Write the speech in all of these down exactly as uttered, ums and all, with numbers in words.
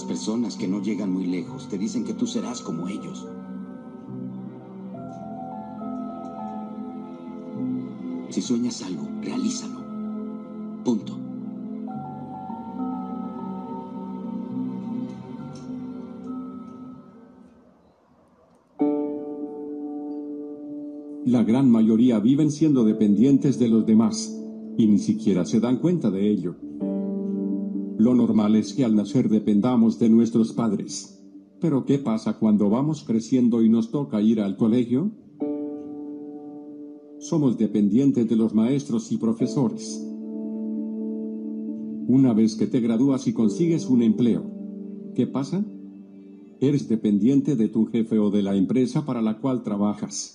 Las personas que no llegan muy lejos te dicen que tú serás como ellos. Si sueñas algo, realízalo. Punto. La gran mayoría viven siendo dependientes de los demás, y ni siquiera se dan cuenta de ello. Lo normal es que al nacer dependamos de nuestros padres. Pero ¿qué pasa cuando vamos creciendo y nos toca ir al colegio? Somos dependientes de los maestros y profesores. Una vez que te gradúas y consigues un empleo, ¿qué pasa? Eres dependiente de tu jefe o de la empresa para la cual trabajas.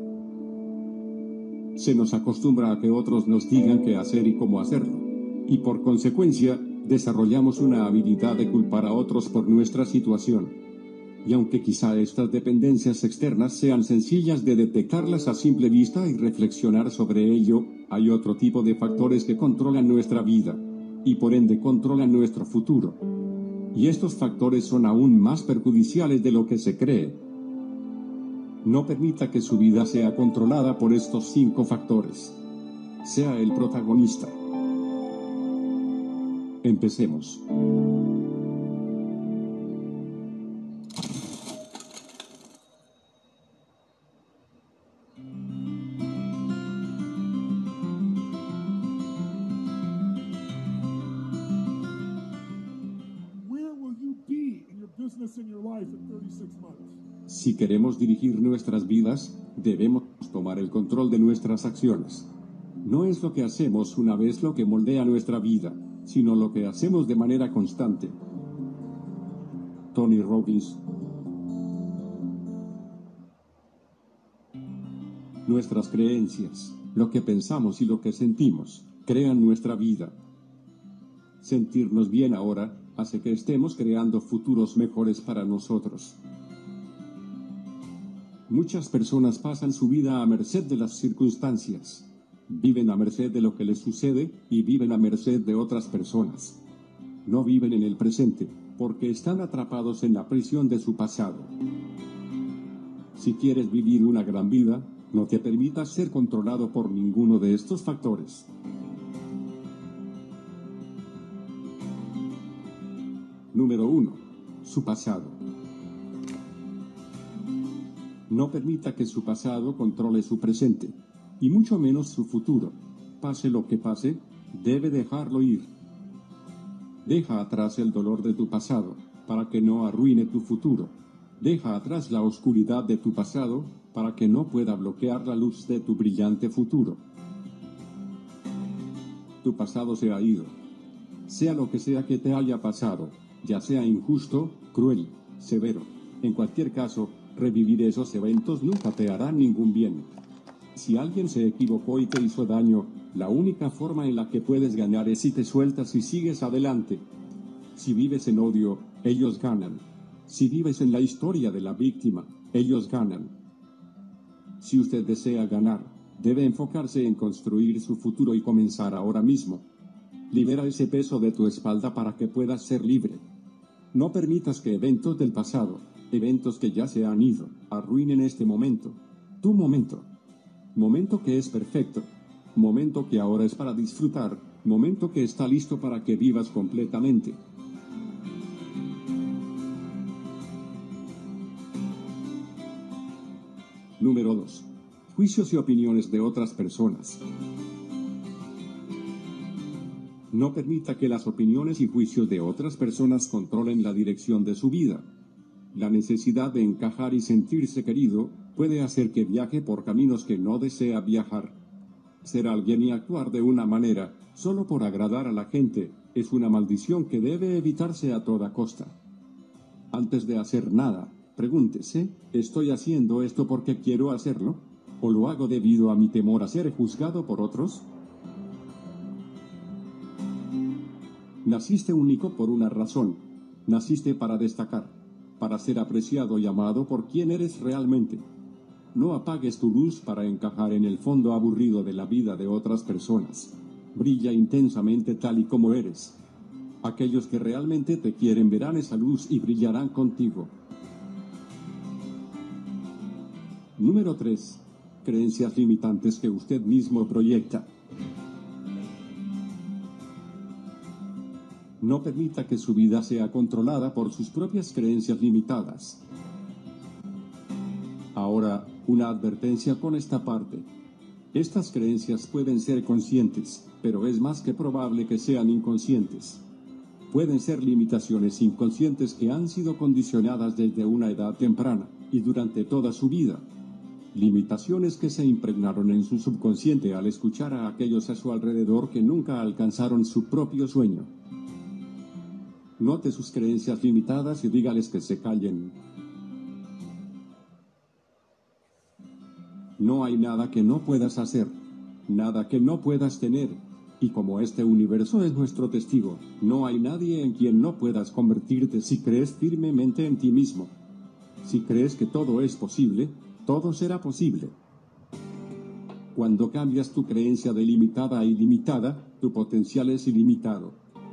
Se nos acostumbra a que otros nos digan qué hacer y cómo hacerlo, y por consecuencia, desarrollamos una habilidad de culpar a otros por nuestra situación. Y aunque quizá estas dependencias externas sean sencillas de detectarlas a simple vista y reflexionar sobre ello, hay otro tipo de factores que controlan nuestra vida, y por ende controlan nuestro futuro. Y estos factores son aún más perjudiciales de lo que se cree. No permita que su vida sea controlada por estos cinco factores. Sea el protagonista. Empecemos. Si queremos dirigir nuestras vidas, debemos tomar el control de nuestras acciones. No es lo que hacemos una vez lo que moldea nuestra vida, sino lo que hacemos de manera constante. Tony Robbins. Nuestras creencias, lo que pensamos y lo que sentimos, crean nuestra vida. Sentirnos bien ahora hace que estemos creando futuros mejores para nosotros. Muchas personas pasan su vida a merced de las circunstancias. Viven a merced de lo que les sucede y viven a merced de otras personas. No viven en el presente, porque están atrapados en la prisión de su pasado. Si quieres vivir una gran vida, no te permitas ser controlado por ninguno de estos factores. Número uno. Su pasado. No permita que su pasado controle su presente, y mucho menos su futuro. Pase lo que pase, debe dejarlo ir. Deja atrás el dolor de tu pasado, para que no arruine tu futuro. Deja atrás la oscuridad de tu pasado, para que no pueda bloquear la luz de tu brillante futuro. Tu pasado se ha ido. Sea lo que sea que te haya pasado, ya sea injusto, cruel, severo, en cualquier caso, revivir esos eventos nunca te hará ningún bien. Si alguien se equivocó y te hizo daño, la única forma en la que puedes ganar es si te sueltas y sigues adelante. Si vives en odio, ellos ganan. Si vives en la historia de la víctima, ellos ganan. Si usted desea ganar, debe enfocarse en construir su futuro y comenzar ahora mismo. Libera ese peso de tu espalda para que puedas ser libre. No permitas que eventos del pasado, eventos que ya se han ido, arruinen este momento, tu momento. Momento que es perfecto, momento que ahora es para disfrutar, momento que está listo para que vivas completamente. Número dos. Juicios y opiniones de otras personas. No permita que las opiniones y juicios de otras personas controlen la dirección de su vida. La necesidad de encajar y sentirse querido puede hacer que viaje por caminos que no desea viajar. Ser alguien y actuar de una manera, solo por agradar a la gente, es una maldición que debe evitarse a toda costa. Antes de hacer nada, pregúntese, ¿estoy haciendo esto porque quiero hacerlo? ¿O lo hago debido a mi temor a ser juzgado por otros? Naciste único por una razón. Naciste para destacar, para ser apreciado y amado por quien eres realmente. No apagues tu luz para encajar en el fondo aburrido de la vida de otras personas. Brilla intensamente tal y como eres. Aquellos que realmente te quieren verán esa luz y brillarán contigo. Número tres. Creencias limitantes que usted mismo proyecta. No permita que su vida sea controlada por sus propias creencias limitadas. Ahora, una advertencia con esta parte. Estas creencias pueden ser conscientes, pero es más que probable que sean inconscientes. Pueden ser limitaciones inconscientes que han sido condicionadas desde una edad temprana y durante toda su vida. Limitaciones que se impregnaron en su subconsciente al escuchar a aquellos a su alrededor que nunca alcanzaron su propio sueño. Note sus creencias limitadas y dígales que se callen. No hay nada que no puedas hacer, nada que no puedas tener, y como este universo es nuestro testigo, no hay nadie en quien no puedas convertirte si crees firmemente en ti mismo. Si crees que todo es posible, todo será posible. Cuando cambias tu creencia de limitada a ilimitada, tu potencial es ilimitado.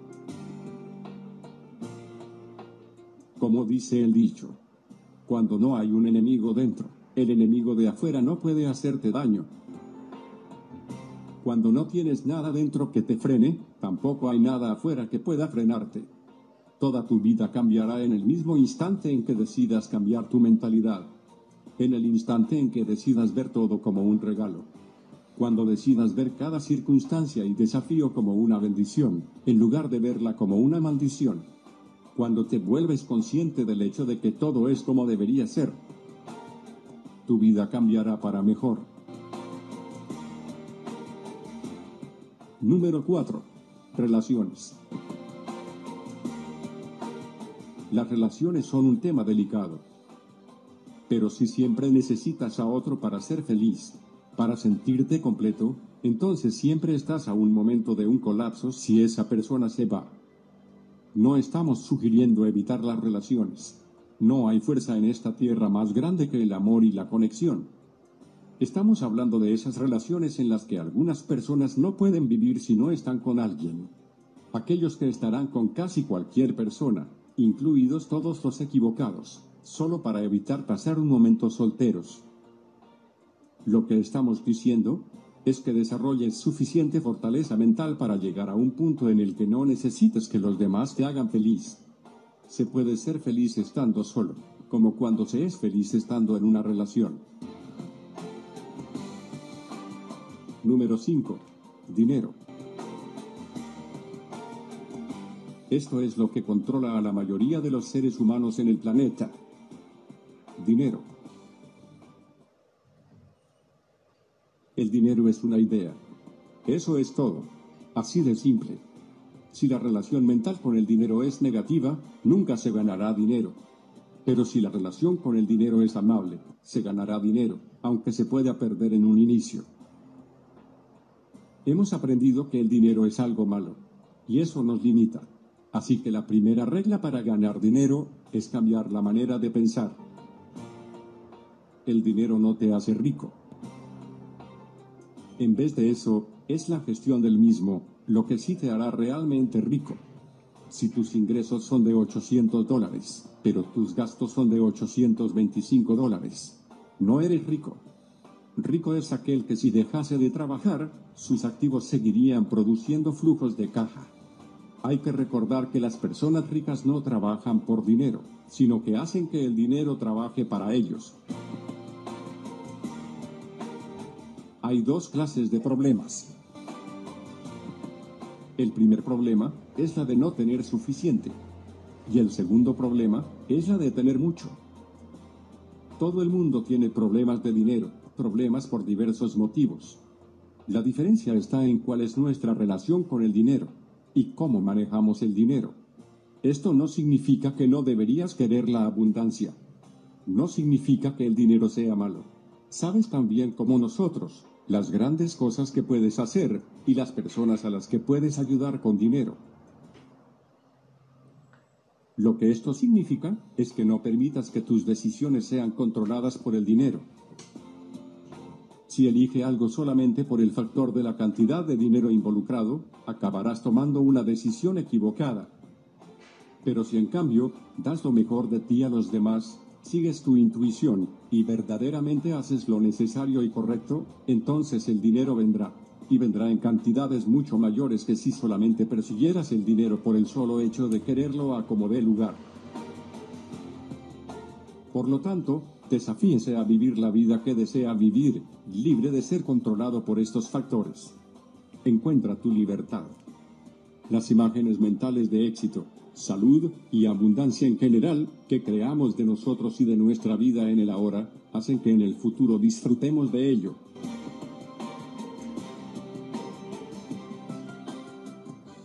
Como dice el dicho, cuando no hay un enemigo dentro, el enemigo de afuera no puede hacerte daño. Cuando no tienes nada dentro que te frene, tampoco hay nada afuera que pueda frenarte. Toda tu vida cambiará en el mismo instante en que decidas cambiar tu mentalidad. En el instante en que decidas ver todo como un regalo. Cuando decidas ver cada circunstancia y desafío como una bendición, en lugar de verla como una maldición. Cuando te vuelves consciente del hecho de que todo es como debería ser. Tu vida cambiará para mejor. Número cuatro. Relaciones. Las relaciones son un tema delicado. Pero si siempre necesitas a otro para ser feliz, para sentirte completo, entonces siempre estás a un momento de un colapso si esa persona se va. No estamos sugiriendo evitar las relaciones. No hay fuerza en esta tierra más grande que el amor y la conexión. Estamos hablando de esas relaciones en las que algunas personas no pueden vivir si no están con alguien. Aquellos que estarán con casi cualquier persona, incluidos todos los equivocados, solo para evitar pasar un momento solteros. Lo que estamos diciendo es que desarrolles suficiente fortaleza mental para llegar a un punto en el que no necesites que los demás te hagan feliz. Se puede ser feliz estando solo, como cuando se es feliz estando en una relación. Número cinco. Dinero. Esto es lo que controla a la mayoría de los seres humanos en el planeta. Dinero. El dinero es una idea. Eso es todo. Así de simple. Si la relación mental con el dinero es negativa, nunca se ganará dinero. Pero si la relación con el dinero es amable, se ganará dinero, aunque se pueda perder en un inicio. Hemos aprendido que el dinero es algo malo, y eso nos limita. Así que la primera regla para ganar dinero es cambiar la manera de pensar. El dinero no te hace rico. En vez de eso, es la gestión del mismo lo que sí te hará realmente rico. Si tus ingresos son de ochocientos dólares, pero tus gastos son de ochocientos veinticinco dólares, no eres rico. Rico es aquel que si dejase de trabajar, sus activos seguirían produciendo flujos de caja. Hay que recordar que las personas ricas no trabajan por dinero, sino que hacen que el dinero trabaje para ellos. Hay dos clases de problemas. El primer problema es la de no tener suficiente, y el segundo problema es la de tener mucho. Todo el mundo tiene problemas de dinero, problemas por diversos motivos. La diferencia está en cuál es nuestra relación con el dinero y cómo manejamos el dinero. Esto no significa que no deberías querer la abundancia. No significa que el dinero sea malo. Sabes tan bien como nosotros las grandes cosas que puedes hacer y las personas a las que puedes ayudar con dinero. Lo que esto significa es que no permitas que tus decisiones sean controladas por el dinero. Si elige algo solamente por el factor de la cantidad de dinero involucrado, acabarás tomando una decisión equivocada. Pero si en cambio das lo mejor de ti a los demás, sigues tu intuición y verdaderamente haces lo necesario y correcto, entonces el dinero vendrá, y vendrá en cantidades mucho mayores que si solamente persiguieras el dinero por el solo hecho de quererlo a como dé lugar. Por lo tanto, desafíese a vivir la vida que desea vivir, libre de ser controlado por estos factores. Encuentra tu libertad. Las imágenes mentales de éxito, salud y abundancia en general que creamos de nosotros y de nuestra vida en el ahora, hacen que en el futuro disfrutemos de ello.